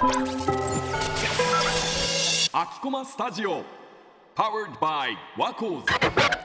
アキコマスタジオ Powered by ワコーズ。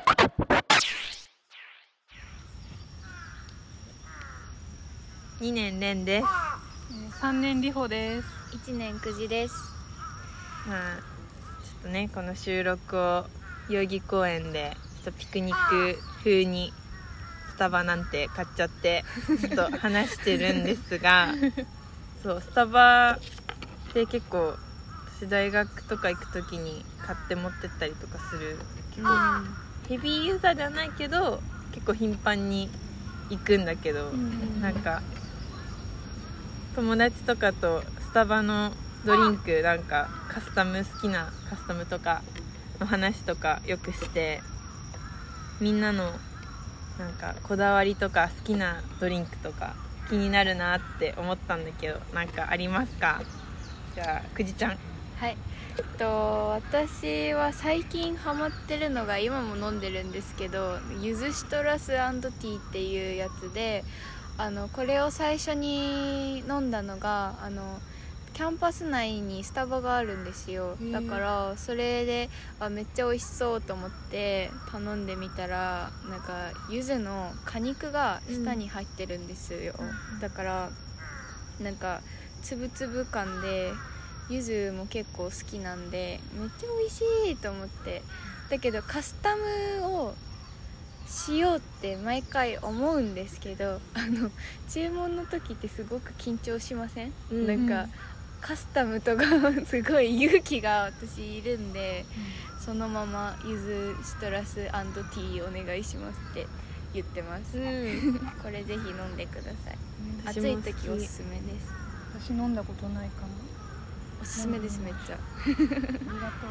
2年連です。 3年りほです。 1年9時です。 まあちょっとね、この収録を代々木公園でちょっとピクニック風にスタバなんて買っちゃってちょっと話してるんですがそうスタバって結構私大学とか行く時に買って持ってったりとかする結構ヘビーユーザーではないけど結構頻繁に行くんだけど、なんか友達とかとスタバのドリンクなんか好きなカスタムとかの話とかよくして、みんなのなんかこだわりとか好きなドリンクとか気になるなって思ったんだけど、なんかありますか？じゃあくじちゃん。 はい、私は最近ハマってるのが、今も飲んでるんですけど、ゆずシトラス&ティーっていうやつで、これを最初に飲んだのがキャンパス内にスタバがあるんですよ。だからそれでめっちゃ美味しそうと思って頼んでみたら、なんか柚子の果肉が下に入ってるんですよ。だからなんかつぶつぶ感で、柚子も結構好きなんでめっちゃ美味しいと思って。だけどカスタムをしようって毎回思うんですけど、注文の時ってすごく緊張しません？なんかカスタムとかすごい勇気が私いるんで、そのままゆずシトラス&ティーお願いしますって言ってます、これぜひ飲んでください。暑い時おすすめです。 私飲んだことないかも。 おすすめです、めっちゃ。 ありがとう。 なんか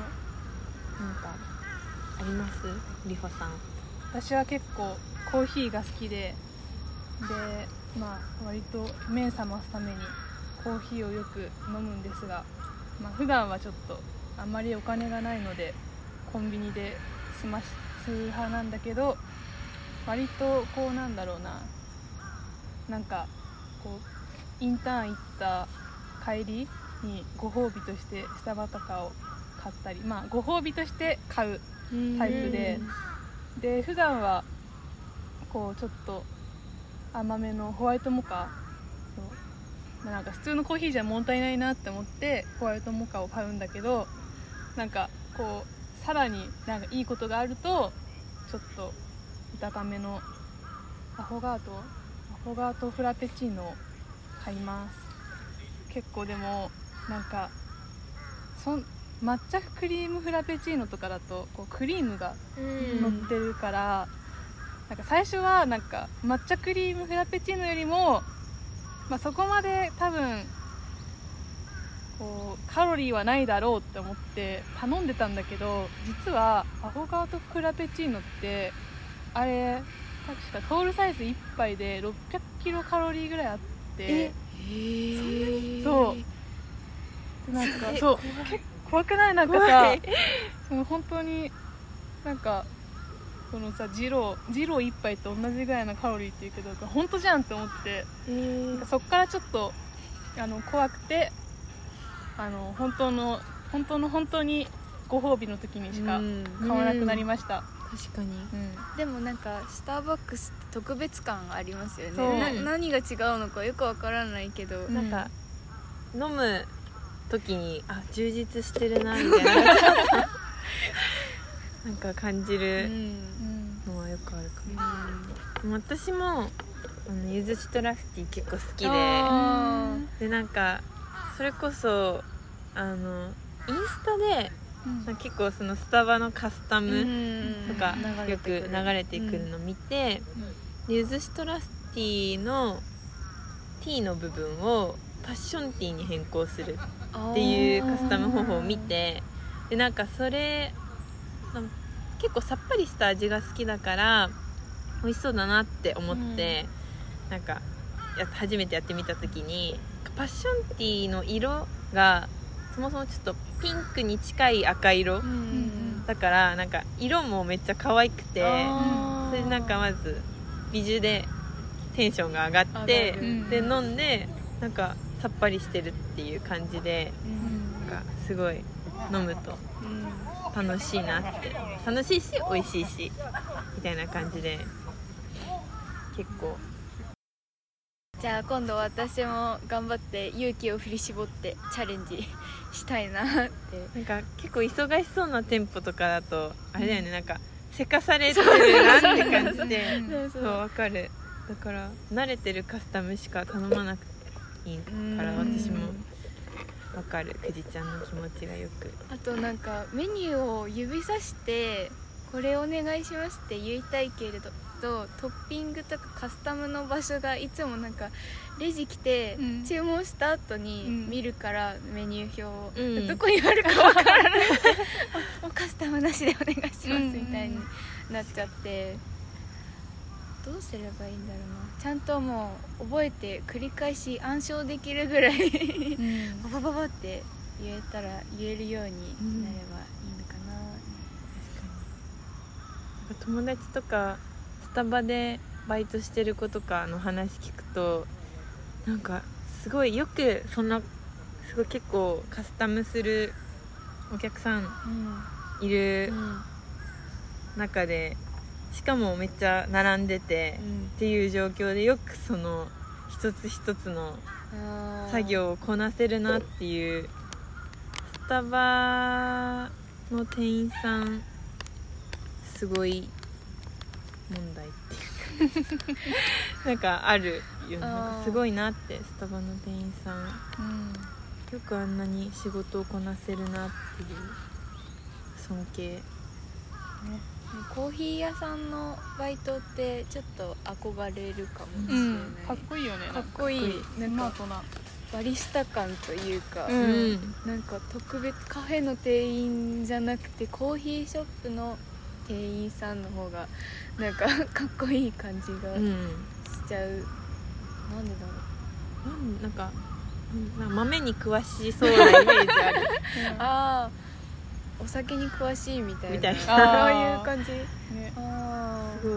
あります？りほさん。 私は結構コーヒーが好きで、割と目覚ますためにコーヒーをよく飲むんですが、普段はちょっとあんまりお金がないのでコンビニで済ます派なんだけど、割とこうなんだろうな、なんかこうインターン行った帰りにご褒美としてスタバとかを買ったり、ご褒美として買うタイプで、普段はこうちょっと甘めのホワイトモカの、なんか普通のコーヒーじゃ物足りないなって思ってホワイトモカを買うんだけど、なんかこうさらになんかいいことがあるとちょっと高めのアフォガートフラペチーノを買います。結構でもなんか抹茶クリームフラペチーノとかだとこうクリームが乗ってるから、なんか最初はなんか抹茶クリームフラペチーノよりも、そこまで多分こうカロリーはないだろうって思って頼んでたんだけど、実はアフォガートフラペチーノってあれ確かトールサイズ1杯で600キロカロリーぐらいあって、そうなんかそう結構怖くない？なんかさ、本当になんかこのさジロー1杯と同じぐらいのカロリーっていうけど、本当じゃんって思って、なんかそっからちょっと怖くて、本当にご褒美の時にしか買わなくなりました。 確かに、 でもなんかスターバックスって特別感ありますよね。何が違うのかよくわからないけど、 なんか飲む時に充実してるなみたいななんか感じるのはよくあるかも。私もゆずシトラスティー結構好きで、なんかそれこそインスタで結構そのスタバのカスタムとかよく流れてくるの見て、ゆずシトラスティーのティーの部分をパッションティーに変更するっていうカスタム方法を見て、でなんかそれ結構さっぱりした味が好きだから美味しそうだなって思って、なんか初めてやってみた時にパッションティーの色がそもそもちょっとピンクに近い赤色、だからなんか色もめっちゃ可愛くて、それでなんかまず美女でテンションが上がって、で飲んでなんかさっぱりしてるっていう感じで、なんかすごい飲むと楽しいなって、楽しいし美味しいしみたいな感じで結構。 じゃあ今度私も頑張って勇気を振り絞ってチャレンジしたいなって。 なんか結構忙しそうな店舗とかだとあれだよね、なんかせかされてるなって感じでそうわかる。だから慣れてるカスタムしか頼まなくていいから私もわかる、くじちゃんの気持ちがよく。 あとなんかメニューを指さしてこれお願いしますって言いたいけれどトッピングとかカスタムの場所がいつもなんかレジ来て注文した後に見るからメニュー表を、どこにあるかわからないもうカスタムなしでお願いしますみたいになっちゃって、どうすればいいんだろうな。ちゃんともう覚えて繰り返し暗唱できるぐらいババババって言えるようになればいいのかな。 友達とかスタバでバイトしてる子とかの話聞くと、なんかすごいよくそんなすごい結構カスタムするお客さんいる中で、しかもめっちゃ並んでてっていう状況でよくその一つ一つの作業をこなせるなっていう。スタバの店員さんすごい問題っていうかなんかあるよ、なんかすごいなって。スタバの店員さん、よくあんなに仕事をこなせるなっていう尊敬、 コーヒー屋さんのバイトってちょっと憧れるかもしれない、 かっこいいよね。 かっこいい。なんかバリスタ感というか、なんか特別カフェの店員じゃなくてコーヒーショップの店員さんの方がなんかかっこいい感じがしちゃう、なんでだろう。なんか豆に詳しそうなイメージあるああ、お酒に詳しいみたいなそういう感じ、あすごい。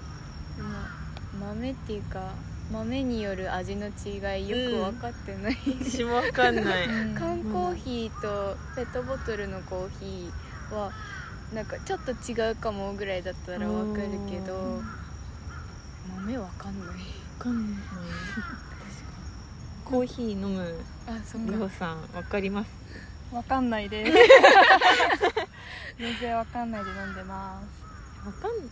豆っていうか豆による味の違いよく分かってない、 私も分かんない缶コーヒーとペットボトルのコーヒーはなんかちょっと違うかもぐらいだったら分かるけど、豆分かんない。 コーヒー飲むりょうさん分かります？ 分かんないです全然分かんないで飲んでます。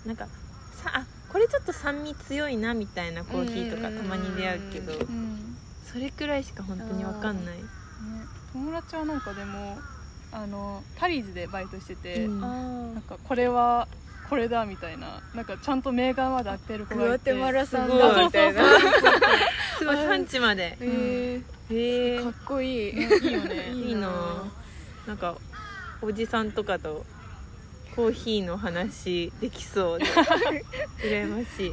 なんかこれちょっと酸味強いなみたいなコーヒーとかたまに出会うけど、それくらいしか本当に分かんない、 友達はなんかでもタリーズでバイトしてて、なんかこれはこれだみたいな、なんかちゃんとメーカーまで当てる子がいて、 グアテマラ産だみたいなすごい産地まで、 かっこいい、 いいよねいいな。なんかおじさんとかとコーヒーの話できそうで羨ましい、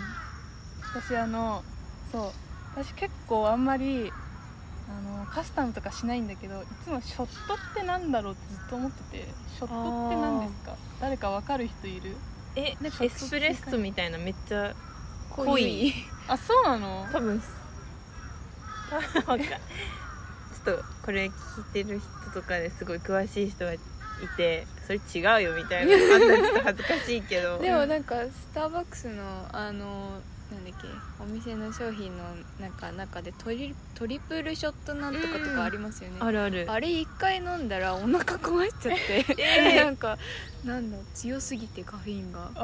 私結構あんまりカスタムとかしないんだけど、いつもショットってなんだろうってずっと思ってて、ショットって何ですか？誰か分かる人いる？ なんかエスプレッソみたいなめっちゃ濃い。 あ、そうなの？ 多分分かんちょっとこれ聞いてる人とかですごい詳しい人がいて、それ違うよみたいなあったらちょっと恥ずかしいけどでもなんかスターバックスのなんだっけ、お店の商品の中でトリプルショットなんとかとかありますよね、 あるある。 あれ一回飲んだらお腹壊しちゃってなんか強すぎてカフェインが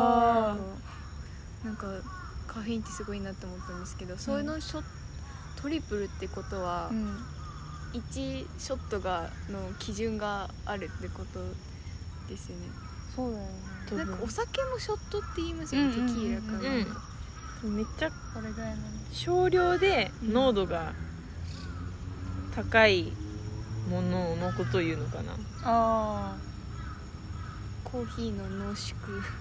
なんかカフェインってすごいなって思ったんですけど、そういうのトリプルってことは、1ショットの基準があるってことですよね。 そうだよね。 なんかお酒もショットって言いますよね、テキーラかなんか、 めっちゃこれぐらいの少量で濃度が高いもののことを言うのかな。 コーヒーの濃縮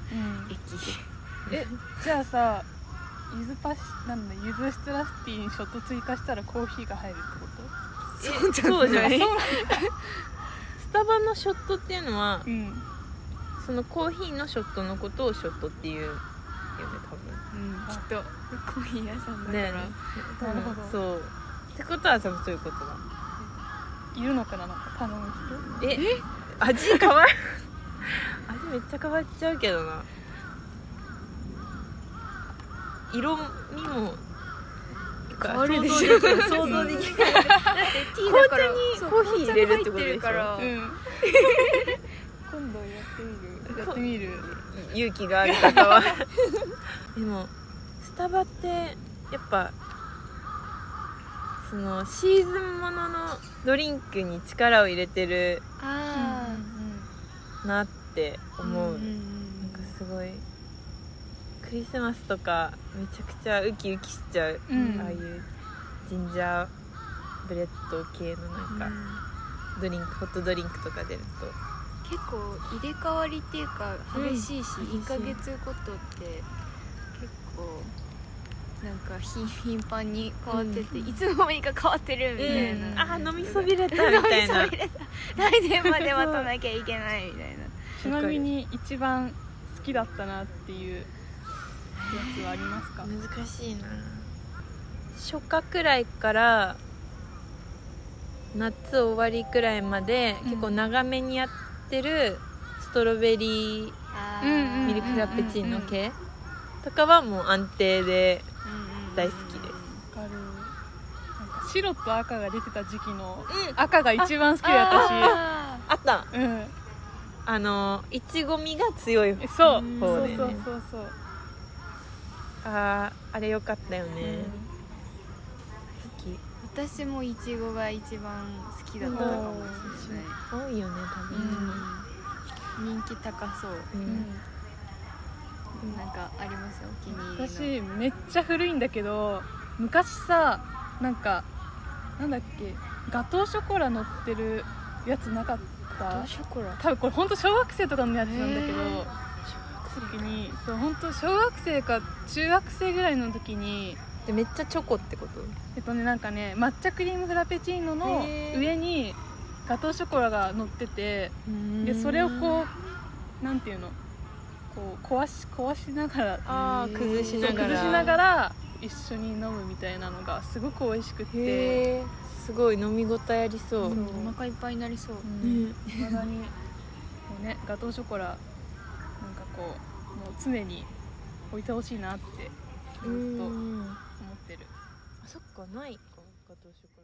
液、 じゃあさ、ゆずストラスティーにショット追加したらコーヒーが入るってこと？ そうじゃないスタバのショットっていうのは、そのコーヒーのショットのことをショットっていうよね、多分。 きっとコーヒー屋さんだから、 なるほど。そう。 ってことは多分そういうことだ。 いるのかな、なんか頼む人。 味変わる味めっちゃ変わっちゃうけどな。色味も変わるでしょ。 想像できない。想像できない。 だってティーだから紅茶にコーヒー入れるってことでしょ。 紅茶が入ってるからうん今度やってみる勇気がある方はでもスタバってやっぱそのシーズンもののドリンクに力を入れてるあなって思う、 うんうんうんなんかすごいクリスマスとかめちゃくちゃウキウキしちゃう、 うんああいうジンジャーブレッド系のなんかドリンク、ホットドリンクとか出ると結構入れ替わりっていうか激しいし、 うん 1ヶ月ごとって結構なんか頻繁に変わってて、いつの間にか変わってるみたいな、 あ飲みそびれたみたいな飲みそびれた来年まで待たなきゃいけないみたいな。 ちなみに一番好きだったなっていうやつはありますか？ 難しいな。初夏くらいから夏終わりくらいまで結構長めにやってるストロベリーあうんミルクフラペチーノ系とかはもう安定で大好きです。 わかる。なんか白と赤が出てた時期のうん赤が一番好きで私。 あったうんいちごみが強いそううんそうそうそうだよねそうそうあれよかったよね、好き。 私もいちごが一番好きだったかもしれない、 多いよね多分、 人気高そう、 うんなんかありますよお気に入りの。 私めっちゃ古いんだけど昔さなんかなんだっけガトーショコラ乗ってるやつなかったショコラ多分これ本当小学生とかのやつなんだけど時にそう本当小学生か中学生ぐらいの時にでめっちゃチョコってこと？ なんかね抹茶クリームフラペチーノの上にガトーショコラが乗っててでそれをこうなんていうのこう壊しながら崩しながら崩しながら一緒に飲むみたいなのがすごく美味しくてへーすごい飲み応えありそう、 そうお腹いっぱいになりそう、 未だにこうねガトーショコラなんかこうもう常に置いてほしいなってずっと思ってる。 あそっかないかガトーショコラ